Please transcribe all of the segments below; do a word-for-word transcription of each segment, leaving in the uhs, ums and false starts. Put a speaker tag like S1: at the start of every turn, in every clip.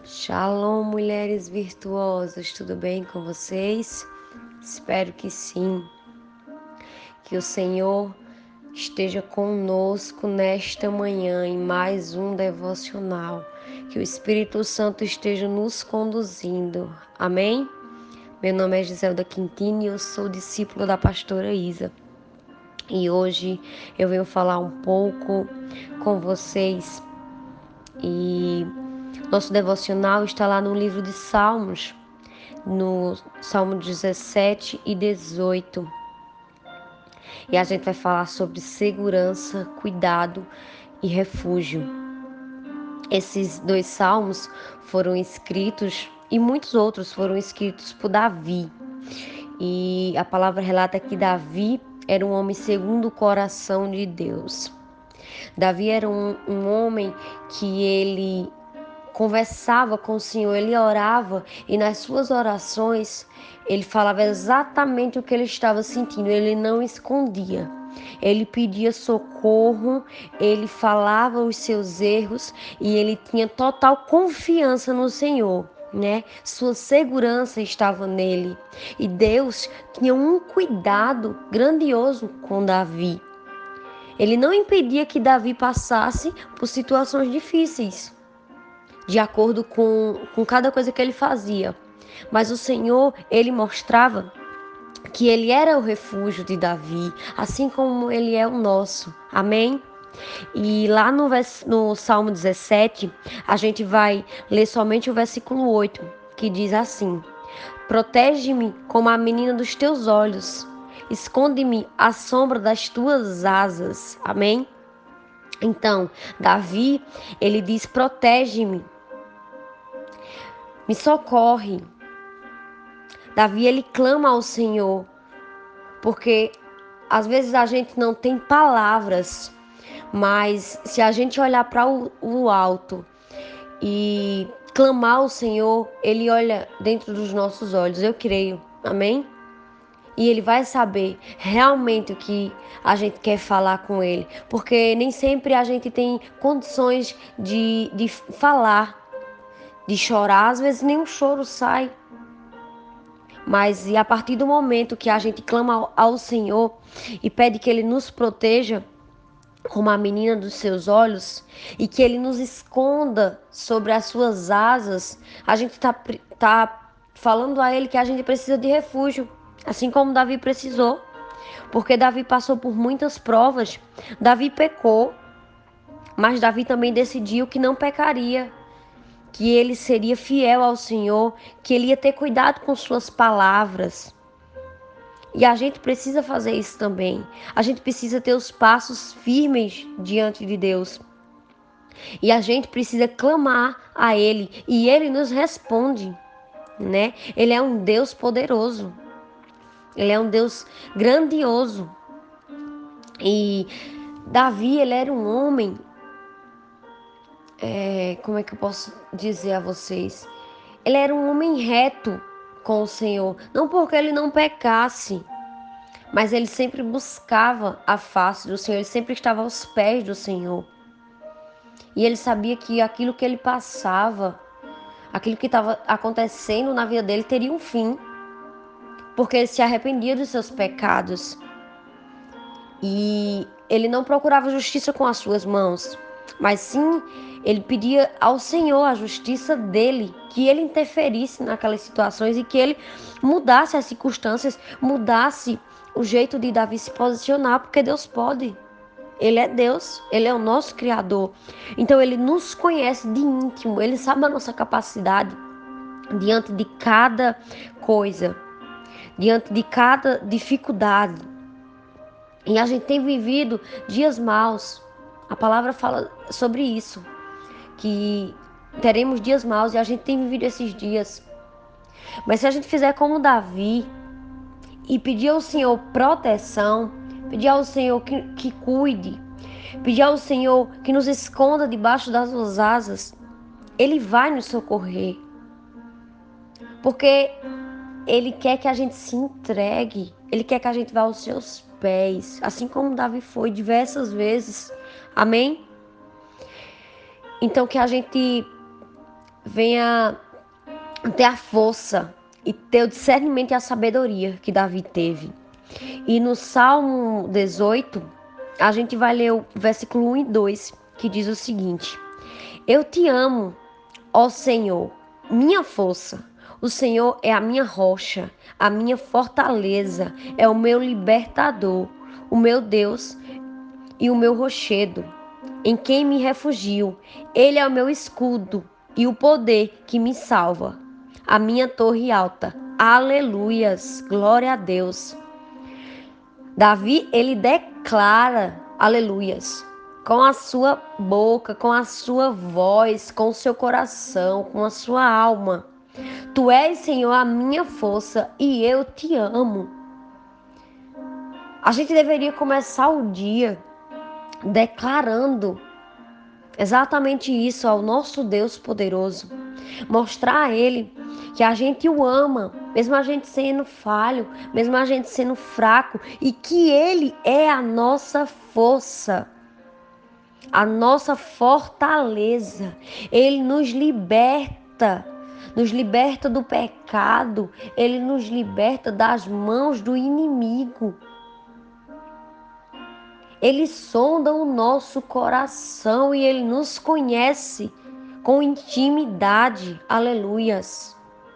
S1: Shalom, mulheres virtuosas, tudo bem com vocês? Espero que sim. Que o Senhor esteja conosco nesta manhã em mais um devocional. Que o Espírito Santo esteja nos conduzindo. Amém? Meu nome é Giselda Quintini e eu sou discípula da pastora Isa. E hoje eu venho falar um pouco com vocês e nosso devocional está lá no livro de Salmos, no Salmo dezessete e dezoito. E a gente vai falar sobre segurança, cuidado e refúgio. Esses dois salmos foram escritos, e muitos outros foram escritos por Davi. E a palavra relata que Davi era um homem segundo o coração de Deus. Davi era um, um homem que ele conversava com o Senhor, ele orava e nas suas orações ele falava exatamente o que ele estava sentindo, ele não escondia. Ele pedia socorro, ele falava os seus erros e ele tinha total confiança no Senhor, né? Sua segurança estava nele. E Deus tinha um cuidado grandioso com Davi. Ele não impedia que Davi passasse por situações difíceis, de acordo com, com cada coisa que ele fazia. Mas o Senhor, ele mostrava que ele era o refúgio de Davi, assim como ele é o nosso. Amém? E lá no, vers- no Salmo dezessete, a gente vai ler somente o versículo oito, que diz assim: Protege-me como a menina dos teus olhos, esconde-me à sombra das tuas asas. Amém? Então, Davi, ele diz: protege-me, me socorre. Davi, ele clama ao Senhor, porque às vezes a gente não tem palavras, mas se a gente olhar para o, o alto e clamar ao Senhor, Ele olha dentro dos nossos olhos, eu creio, amém? E Ele vai saber realmente o que a gente quer falar com Ele, porque nem sempre a gente tem condições de, de falar, de chorar, às vezes nem um choro sai. Mas e a partir do momento que a gente clama ao, ao Senhor e pede que Ele nos proteja como a menina dos seus olhos e que Ele nos esconda sobre as suas asas, a gente está tá falando a Ele que a gente precisa de refúgio, assim como Davi precisou, porque Davi passou por muitas provas. Davi pecou, mas Davi também decidiu que não pecaria, que ele seria fiel ao Senhor, que ele ia ter cuidado com suas palavras. E a gente precisa fazer isso também. A gente precisa ter os passos firmes diante de Deus. E a gente precisa clamar a Ele. E Ele nos responde, né? Ele é um Deus poderoso. Ele é um Deus grandioso. E Davi, ele era um homem... É, como é que eu posso dizer a vocês? Ele era um homem reto com o Senhor. Não porque ele não pecasse, mas ele sempre buscava a face do Senhor, ele sempre estava aos pés do Senhor. E ele sabia que aquilo que ele passava, aquilo que estava acontecendo na vida dele teria um fim, porque ele se arrependia dos seus pecados. E ele não procurava justiça com as suas mãos, mas sim ele pedia ao Senhor a justiça dele, que ele interferisse naquelas situações e que ele mudasse as circunstâncias, mudasse o jeito de Davi se posicionar, porque Deus pode. Ele é Deus, Ele é o nosso Criador. Então Ele nos conhece de íntimo, Ele sabe a nossa capacidade diante de cada coisa, diante de cada dificuldade. E a gente tem vivido dias maus. A palavra fala sobre isso, que teremos dias maus e a gente tem vivido esses dias. Mas se a gente fizer como Davi e pedir ao Senhor proteção, pedir ao Senhor que, que cuide, pedir ao Senhor que nos esconda debaixo das suas asas, Ele vai nos socorrer. Porque Ele quer que a gente se entregue, Ele quer que a gente vá aos seus pés, assim como Davi foi diversas vezes. Amém? Então que a gente venha ter a força e ter o discernimento e a sabedoria que Davi teve. E no Salmo dezoito, a gente vai ler o versículo um e dois, que diz o seguinte: Eu te amo, ó Senhor, minha força. O Senhor é a minha rocha, a minha fortaleza, é o meu libertador, o meu Deus e o meu rochedo, em quem me refugio. Ele é o meu escudo e o poder que me salva, a minha torre alta. Aleluias, glória a Deus. Davi, ele declara aleluias com a sua boca, com a sua voz, com o seu coração, com a sua alma. Tu és, Senhor, a minha força e eu te amo. A gente deveria começar o dia declarando exatamente isso ao nosso Deus poderoso. Mostrar a Ele que a gente o ama, mesmo a gente sendo falho, mesmo a gente sendo fraco, e que Ele é a nossa força, a nossa fortaleza. Ele nos liberta, nos liberta do pecado, Ele nos liberta das mãos do inimigo. Ele sonda o nosso coração e Ele nos conhece com intimidade. Aleluias.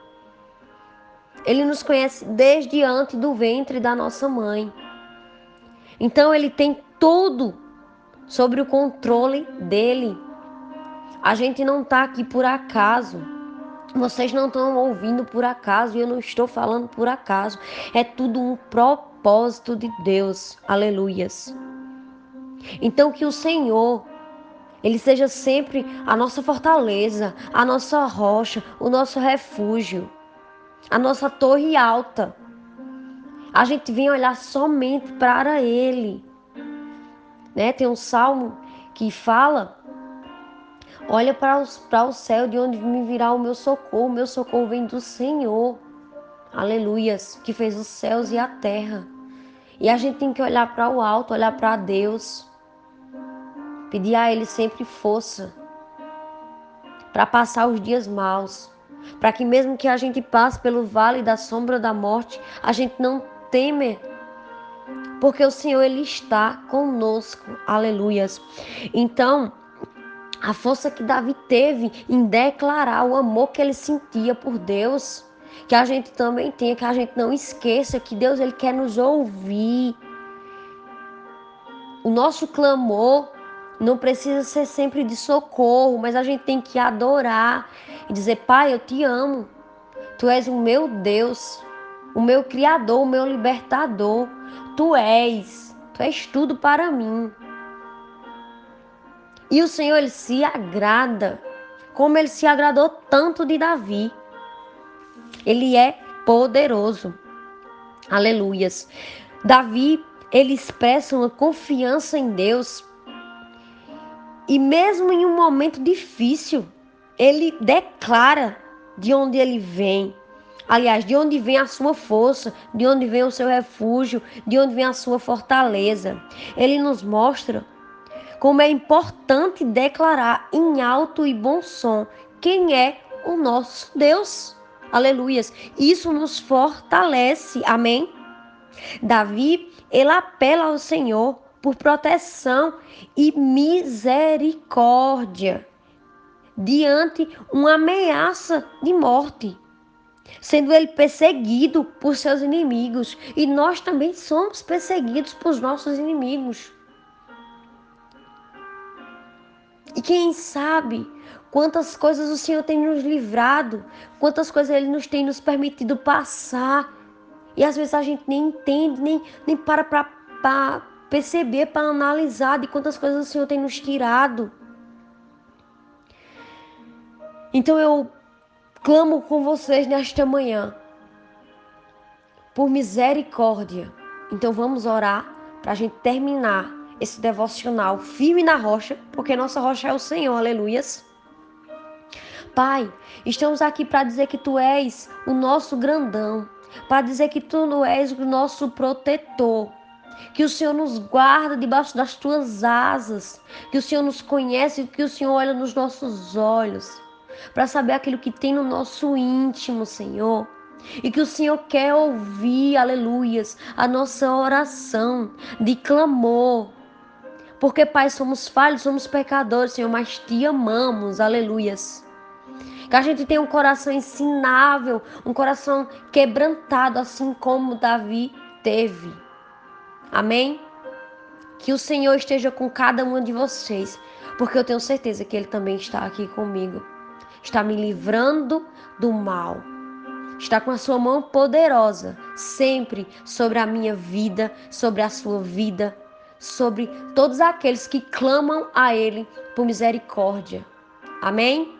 S1: Ele nos conhece desde antes do ventre da nossa mãe. Então Ele tem tudo sobre o controle dEle. A gente não está aqui por acaso. Vocês não estão ouvindo por acaso e eu não estou falando por acaso. É tudo um propósito de Deus. Aleluias. Então que o Senhor, Ele seja sempre a nossa fortaleza, a nossa rocha, o nosso refúgio, a nossa torre alta. A gente vem olhar somente para Ele. Né? Tem um salmo que fala: olha para, os, para o céu, de onde me virá o meu socorro. O meu socorro vem do Senhor. Aleluias, que fez os céus e a terra. E a gente tem que olhar para o alto, olhar para Deus. Pedir a Ele sempre força para passar os dias maus, para que mesmo que a gente passe pelo vale da sombra da morte, a gente não teme, porque o Senhor, Ele está conosco. Aleluias. Então, a força que Davi teve em declarar o amor que ele sentia por Deus, que a gente também tenha, que a gente não esqueça que Deus, Ele quer nos ouvir. O nosso clamor não precisa ser sempre de socorro, mas a gente tem que adorar e dizer: Pai, eu te amo. Tu és o meu Deus, o meu Criador, o meu libertador. Tu és, Tu és tudo para mim. E o Senhor, Ele se agrada, como Ele se agradou tanto de Davi. Ele é poderoso. Aleluias. Davi, ele expressa uma confiança em Deus. E mesmo em um momento difícil, ele declara de onde ele vem. Aliás, de onde vem a sua força, de onde vem o seu refúgio, de onde vem a sua fortaleza. Ele nos mostra como é importante declarar em alto e bom som quem é o nosso Deus. Aleluias. Isso nos fortalece. Amém? Davi, ele apela ao Senhor por proteção e misericórdia diante uma ameaça de morte, sendo ele perseguido por seus inimigos, e nós também somos perseguidos por nossos inimigos. E quem sabe quantas coisas o Senhor tem nos livrado, quantas coisas Ele nos tem nos permitido passar, e às vezes a gente nem entende, nem, nem para para perceber, para analisar de quantas coisas o Senhor tem nos tirado. Então eu clamo com vocês nesta manhã por misericórdia. Então vamos orar para a gente terminar esse devocional firme na rocha, porque nossa rocha é o Senhor. Aleluias. Pai, estamos aqui para dizer que Tu és o nosso grandão, para dizer que Tu não és o nosso protetor, que o Senhor nos guarda debaixo das Tuas asas, que o Senhor nos conhece, que o Senhor olha nos nossos olhos. para saber aquilo que tem no nosso íntimo, Senhor. E que o Senhor quer ouvir, aleluias, a nossa oração de clamor. Porque, Pai, somos falhos, somos pecadores, Senhor, mas te amamos, aleluias. Que a gente tenha um coração ensinável, um coração quebrantado, assim como Davi teve. Amém? Que o Senhor esteja com cada um de vocês, porque eu tenho certeza que Ele também está aqui comigo. Está me livrando do mal. Está com a sua mão poderosa sempre sobre a minha vida, sobre a sua vida, sobre todos aqueles que clamam a Ele por misericórdia. Amém?